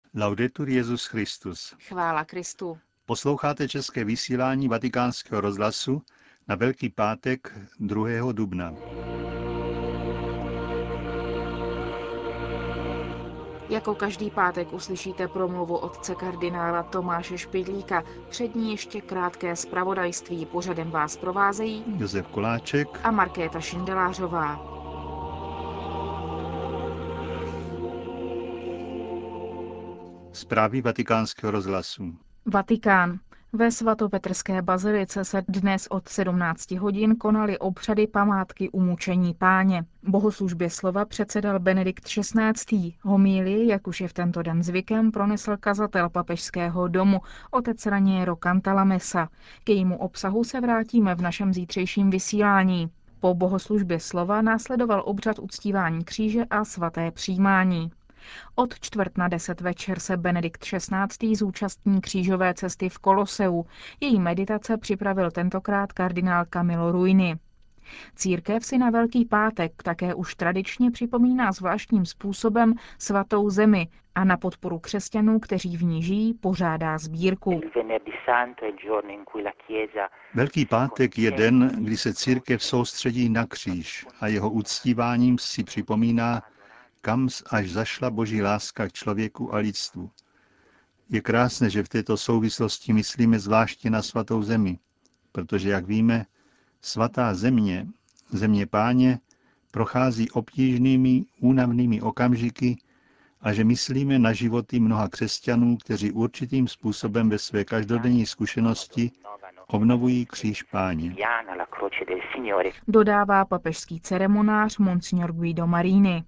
Laudetur Jesus Christus. Chvála Kristu. Posloucháte české vysílání Vatikánského rozhlasu na Velký pátek 2. dubna. Jako každý pátek uslyšíte promluvu otce kardinála Tomáše Špidlíka. Před ní ještě krátké zpravodajství. Pořadem vás provázejí Josef Koláček a Markéta Šindelářová. Zprávy Vatikánského rozhlasu. Vatikán. Ve svatopetrské bazilice se dnes od 17 hodin konaly obřady památky umučení Páně. Bohoslužbě slova předsedal Benedikt XVI. Homílii, jak už je v tento den zvykem, pronesl kazatel papežského domu, otec Raniero Cantalamessa. K jejímu obsahu se vrátíme v našem zítřejším vysílání. Po bohoslužbě slova následoval obřad uctívání kříže a svaté přijímání. Od 9:45 večer se Benedikt XVI. Zúčastní křížové cesty v Koloseu. Její meditace připravil tentokrát kardinál Camillo Ruini. Církev si na Velký pátek také už tradičně připomíná zvláštním způsobem svatou zemi a na podporu křesťanů, kteří v ní žijí, pořádá sbírku. Velký pátek je den, kdy se církev soustředí na kříž a jeho uctíváním si připomíná, kam až zašla boží láska k člověku a lidstvu. Je krásné, že v této souvislosti myslíme zvláště na svatou zemi, protože, jak víme, svatá země, země Páně, prochází obtížnými, únavnými okamžiky a že myslíme na životy mnoha křesťanů, kteří určitým způsobem ve své každodenní zkušenosti obnovují kříž Páně. Dodává papežský ceremonář Monsignor Guido Marini.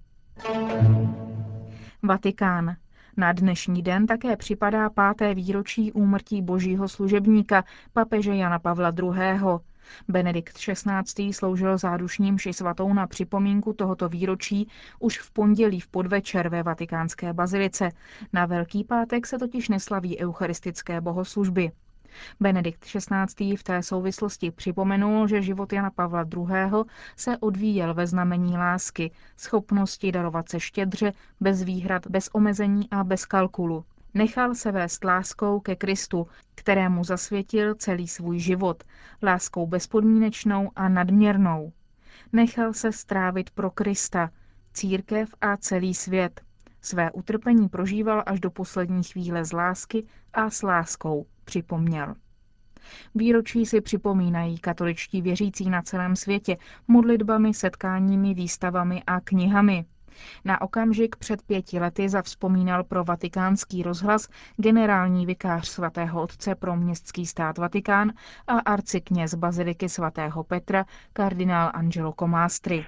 Vatikán. Na dnešní den také připadá 5. výročí úmrtí božího služebníka, papeže Jana Pavla II. Benedikt XVI. Sloužil zádušní mši svatou na připomínku tohoto výročí už v pondělí v podvečer ve vatikánské bazilice. Na Velký pátek se totiž neslaví eucharistické bohoslužby. Benedikt XVI. V té souvislosti připomenul, že život Jana Pavla II. Se odvíjel ve znamení lásky, schopnosti darovat se štědře, bez výhrad, bez omezení a bez kalkulu. Nechal se vést láskou ke Kristu, kterému zasvětil celý svůj život, láskou bezpodmínečnou a nadměrnou. Nechal se strávit pro Krista, církev a celý svět. Své utrpení prožíval až do poslední chvíle z lásky a s láskou, připomněl. Výročí si připomínají katoličtí věřící na celém světě modlitbami, setkáními, výstavami a knihami. Na okamžik před 5 lety zavzpomínal pro Vatikánský rozhlas generální vikář svatého otce pro městský stát Vatikán a arcikněz baziliky svatého Petra kardinál Angelo Comastri.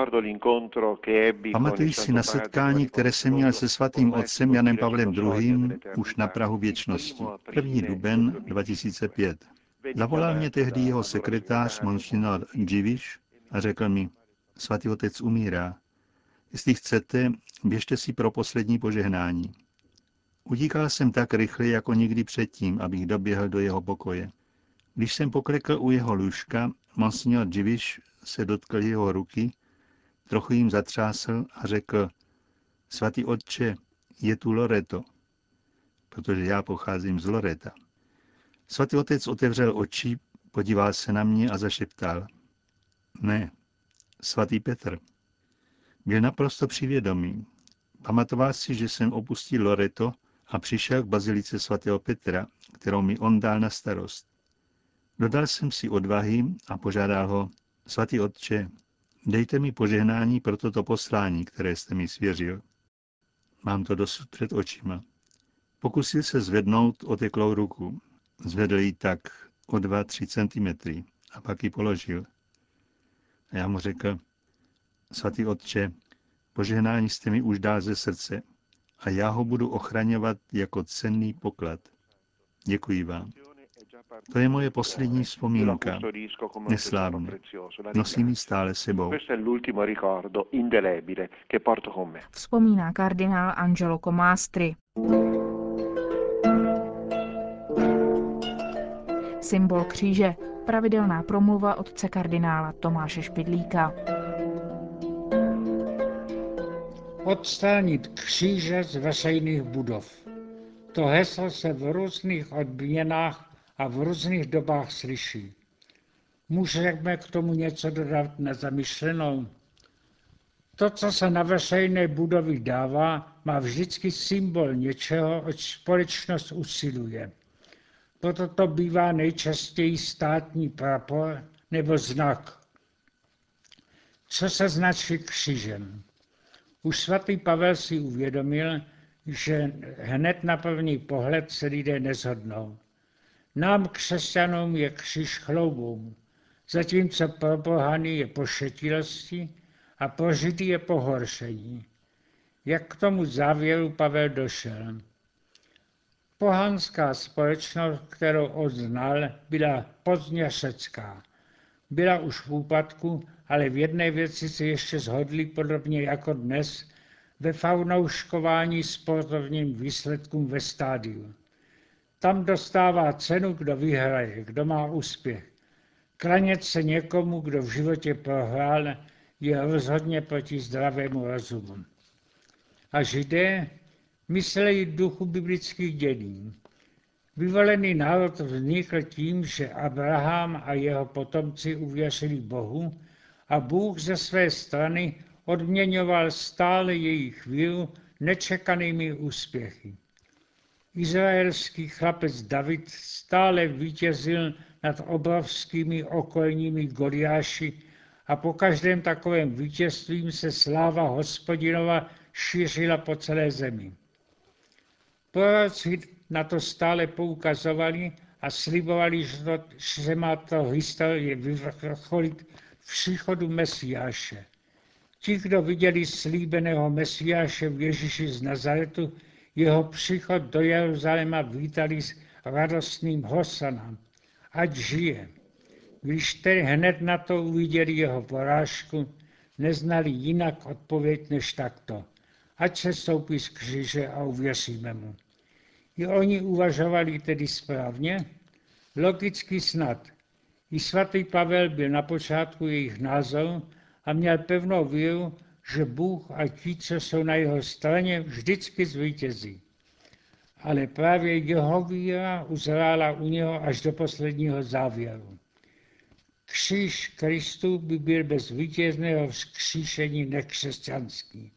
Pamatuji si na setkání, které jsem měl se svatým otcem Janem Pavlem II. Už na prahu věčnosti, 1. duben 2005. Zavolal mě tehdy jeho sekretář Monsignor Dziwisz a řekl mi, svatý otec umírá. Jestli chcete, běžte si pro poslední požehnání. Utíkal jsem tak rychle jako nikdy předtím, abych doběhl do jeho pokoje. Když jsem poklekl u jeho lůžka, Monsignor Dziwisz se dotkl jeho ruky, trochu jim zatřásl a řekl, svatý otče, je tu Loreto, protože já pocházím z Loreta. Svatý otec otevřel oči, podíval se na mě a zašeptal. Ne, svatý Petr. Byl naprosto přivědomý. Pamatoval si, že jsem opustil Loreto a přišel k bazilice svatého Petra, kterou mi on dal na starost. Dodal jsem si odvahy a požádal ho, svatý otče, dejte mi požehnání pro toto poslání, které jste mi svěřil. Mám to dosud před očima. Pokusil se zvednout oteklou ruku. Zvedl ji tak o 2-3 centimetry a pak ji položil. A já mu řekl, svatý otče, požehnání jste mi už dal ze srdce a já ho budu ochraňovat jako cenný poklad. Děkuji vám. To je moje poslední vzpomínka. Neslávně. Nosím ji stále sebou. Vzpomíná kardinál Angelo Comastri. Symbol kříže. Pravidelná promluva otce kardinála Tomáše Špidlíka. Odstranit kříže z veřejných budov. To heslo se v různých odměnách a v různých dobách slyší. Můžeme k tomu něco dodat na zamyšlenou? To, co se na veřejné budovy dává, má vždycky symbol něčeho, oč společnost usiluje. Proto to bývá nejčastěji státní prapor nebo znak. Co se značí křížem? Už svatý Pavel si uvědomil, že hned na první pohled se lidé neshodnou. Nám, křesťanům, je kříž chloubou, zatímco pro pohany je pošetilostí a pro Židy je pohoršení. Jak k tomu závěru Pavel došel? Pohanská společnost, kterou on znal, byla pozdně řecká. Byla už v úpadku, ale v jedné věci se ještě shodli podobně jako dnes ve fanouškování sportovním výsledkům ve stádiu. Tam dostává cenu, kdo vyhraje, kdo má úspěch. Klanět se někomu, kdo v životě prohrál, je rozhodně proti zdravému rozumu. A Židé mysleli duchu biblických dějin. Vyvolený národ vznikl tím, že Abraham a jeho potomci uvěřili Bohu a Bůh ze své strany odměňoval stále jejich víru nečekanými úspěchy. Izraelský chlapec David stále vítězil nad obrovskými okolními Goliáši a po každém takovém vítězstvím se sláva Hospodinova šířila po celé zemi. Proroci na to stále poukazovali a slibovali, že má to historie vyvrcholit v příchodu Mesiáše. Ti, kdo viděli slíbeného Mesiáše v Ježíši z Nazaretu, jeho příchod do Jeruzaléma vítali s radostným hosanám, ať žije. Když tedy hned na to uviděli jeho porážku, neznali jinak odpověď než takto. Ať se stoupí z kříže a uvěříme mu. I oni uvažovali tedy správně? Logicky snad. I svatý Pavel byl na počátku jejich názoru a měl pevnou víru, že Bůh a ti, co jsou na jeho straně, vždycky zvítězí. Ale právě jeho víra uzrála u něho až do posledního závěru. Kříž Kristův by byl bez vítězného vzkříšení nekřesťanský.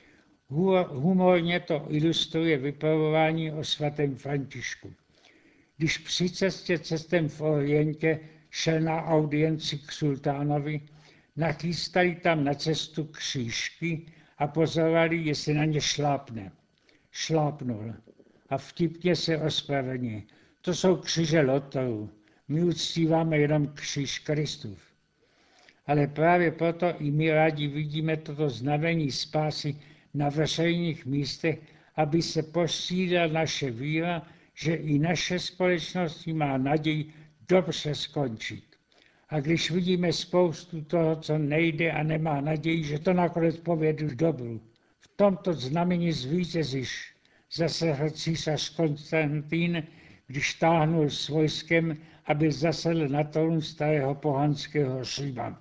Humorně to ilustruje vypravování o svatém Františku. Když při cestě cestem v Orientě šel na audienci k sultánovi, nachystali tam na cestu křížky a pozorovali, jestli na ně šlápne. Šlápnul a vtipně se ospravedlnil. To jsou kříže lotorů, my uctíváme jenom kříž Kristův. Ale právě proto i my rádi vidíme toto znamení spásy na veřejných místech, aby se posílila naše víra, že i naše společnost má naději dobře skončit. A když vidíme spoustu toho, co nejde a nemá naději, že to nakonec povede k dobru. V tomto znamení zvítězíš, zase císař Konstantín, když táhnul s vojskem, aby zasedl na trůn starého pohanského Říma.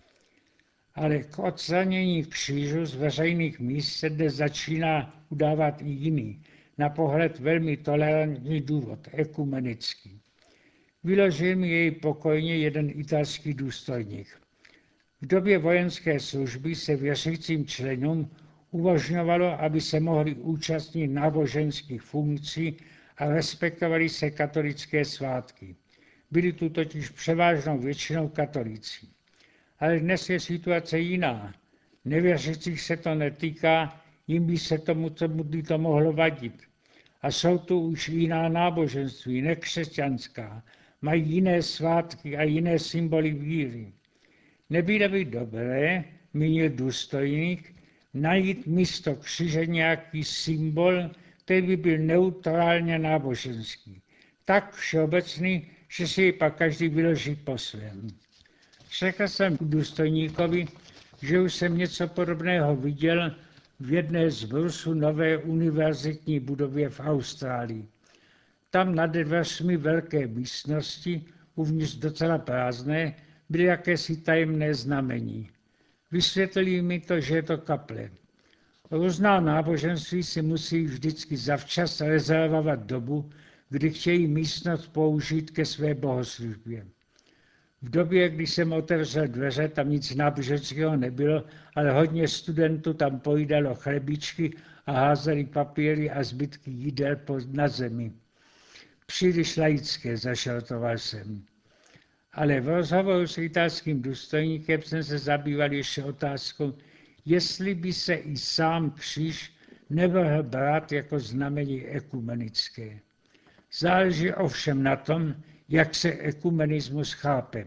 Ale k odstranění křížů z veřejných míst se dnes začíná udávat i jiný, na pohled velmi tolerantní důvod, ekumenický. Vyložil mi jej pokojně jeden italský důstojník. V době vojenské služby se věřícím členům umožňovalo, aby se mohli účastnit náboženských funkcí a respektovali se katolické svátky. Byli tu totiž převážnou většinou katolíci. Ale dnes je situace jiná. Nevěřících se to netýká, jim by se tomu to mohlo vadit. A jsou tu už jiná náboženství, nekřesťanská, mají jiné svátky a jiné symboly víry. Nebylo by dobré, mínil důstojník, najít místo kříže nějaký symbol, který by byl neutrálně náboženský. Tak všeobecný, že si ji pak každý vyloží po svém. Řekl jsem důstojníkovi, že už jsem něco podobného viděl v jedné z brusů nové univerzitní budově v Austrálii. Tam nad dveřmi velké místnosti, uvnitř docela prázdné, byly jakési tajemné znamení. Vysvětlili mi to, že je to kaple. Různá náboženství si musí vždycky zavčas rezervovat dobu, kdy chtějí místnost použít ke své bohoslužbě. V době, kdy jsem otevřel dveře, tam nic náboženského nebylo, ale hodně studentů tam pojídalo chlebičky a házeli papíry a zbytky jídel na zemi. Příliš laické, zašaltoval jsem. Ale v rozhovoru s italským důstojníkem jsem se zabýval ještě otázkou, jestli by se i sám kříž nemohl brát jako znamení ekumenické. Záleží ovšem na tom, jak se ekumenismus chápe.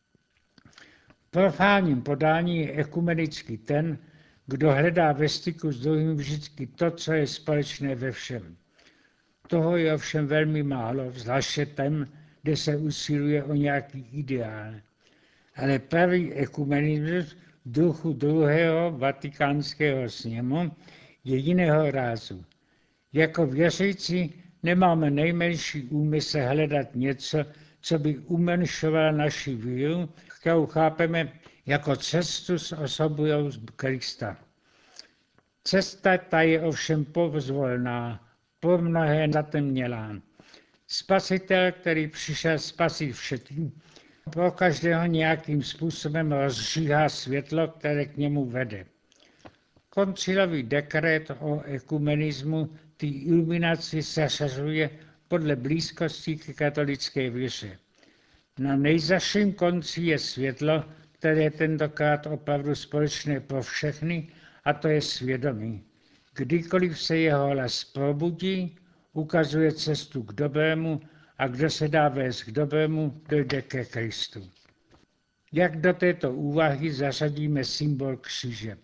V profánním podání je ekumenický ten, kdo hledá ve styku s druhým vždycky to, co je společné ve všem. Toho je ovšem velmi málo, zvláště tam, kde se usiluje o nějaký ideál. Ale pravý ekumenismus v duchu druhého vatikánského sněmu je jiného rázu. Jako věřící nemáme nejmenší úmysl hledat něco, co by umenšovalo naši víru, kterou chápeme jako cestu s osobou Krista. Cesta ta je ovšem povzvolná, pro mnohé zatemnělá. Spasitel, který přišel spasit všechny, pro každého nějakým způsobem rozžíhá světlo, které k němu vede. Koncilový dekret o ekumenismu ty iluminaci zařazuje podle blízkosti k katolické víře. Na nejzaším konci je světlo, které je tentokrát opravdu společné pro všechny, a to je svědomí. Kdykoliv se jeho hlas probudí, ukazuje cestu k dobrému a kdo se dá vést k dobrému, dojde ke Kristu. Jak do této úvahy zařadíme symbol kříže?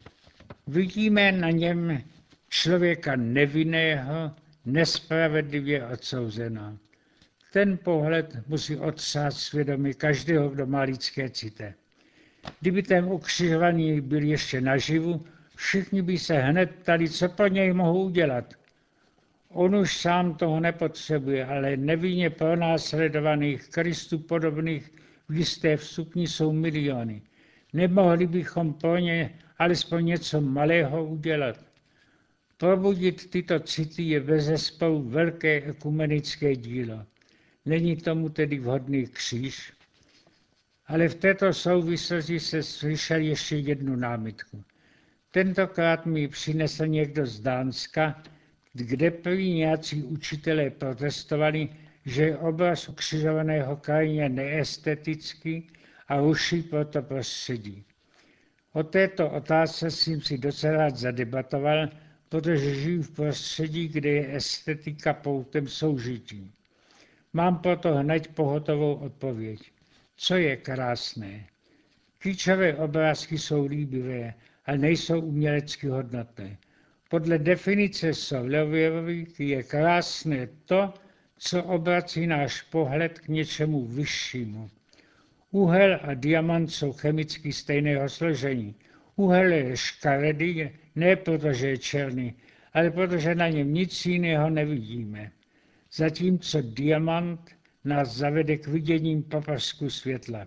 Vidíme na něm člověka nevinného, nespravedlivě odsouzeného. Ten pohled musí otřást svědomí každého, kdo má lidské city. Kdyby ten ukřižovaný byl ještě naživu, všichni by se hned ptali, co pro něj mohou udělat. On už sám toho nepotřebuje, ale nevinně pronásledovaných Kristu podobných v jisté vstupní jsou miliony. Nemohli bychom pro ně alespoň něco malého udělat. Probudit tyto city je bezesporu velké ekumenické dílo. Není tomu tedy vhodný kříž? Ale v této souvislosti se slyšel ještě jednu námitku. Tentokrát mi přinesl někdo z Dánska, kde prý nějací učitelé protestovali, že je obraz ukřižovaného krajně neestetický a ruší proto prostředí. O této otázce jsem si docela rád zadebatoval, protože žiju v prostředí, kde je estetika poutem soužití. Mám proto hned pohotovou odpověď. Co je krásné? Kýčové obrázky jsou líbivé, ale nejsou umělecky hodnotné. Podle definice Solovjovy je krásné to, co obrací náš pohled k něčemu vyššímu. Uhel a diamant jsou chemicky stejného složení. Uhel je škaredý ne protože je černý, ale protože na něm nic jiného nevidíme. Zatímco diamant nás zavede k viděním paprsku světla.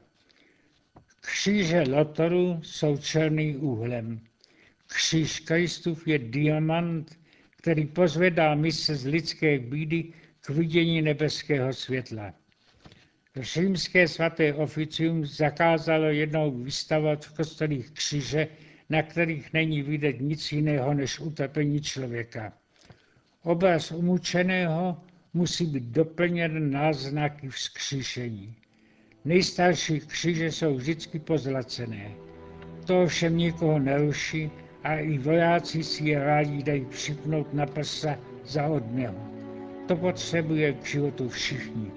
Kříže Lotoru jsou černým úhlem. Kříž Kristův je diamant, který pozvedá mysl z lidské bídy k vidění nebeského světla. Římské svaté oficium zakázalo jednou vystavovat v kostelích kříže, na kterých není vidět nic jiného než utrpení člověka. Obraz umučeného musí být doplněn náznaky vzkříšení. Nejstarší kříže jsou vždycky pozlacené. To ovšem nikoho neruší a i vojáci si je rádi dají připnout na prsa za odměnu. To potřebuje k životu všichni.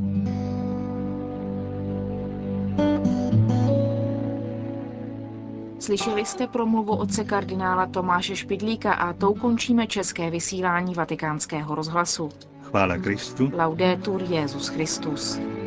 Slyšeli jste promluvu otce kardinála Tomáše Špidlíka a tou končíme české vysílání Vatikánského rozhlasu. Chvála Kristu. Laudetur Jesus Christus.